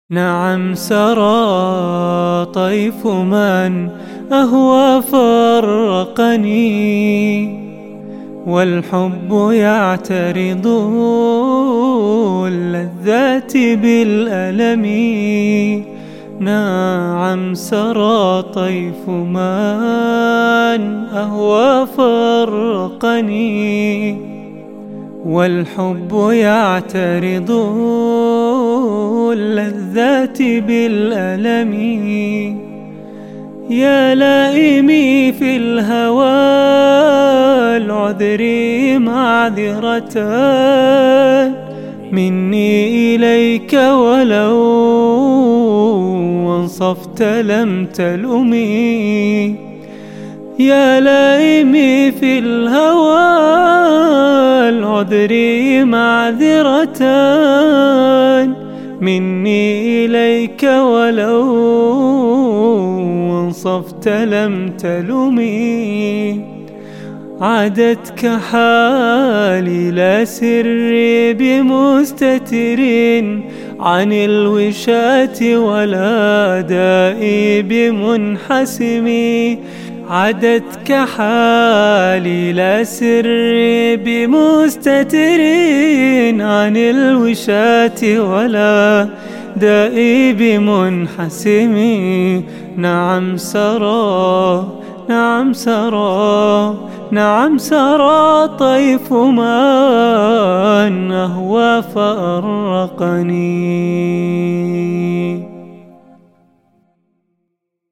نعم سرى طيف من أهوى فرقني، والحب يعترض اللذات بالألم. نعم سرى طيف من أهوى فرقني، والحب يعترض اللذات بالألم. يا لائمي في الهوى العذري معذرة مني إليك، ولو انصفت لم تلومي. يا لائمي في الهوى العذري معذرة مني إليك، ولو انصفت لم تلومي. عادتك حالي لا سري بمستتر عن الوشاة، ولا دائي بمنحسم. عادتك حالي لا سري بمستتر عن الوشاة، ولا دائي بمنحسم. نعم سرى، نعم سرى، نعم سرى طيف من أهوى فأرقني.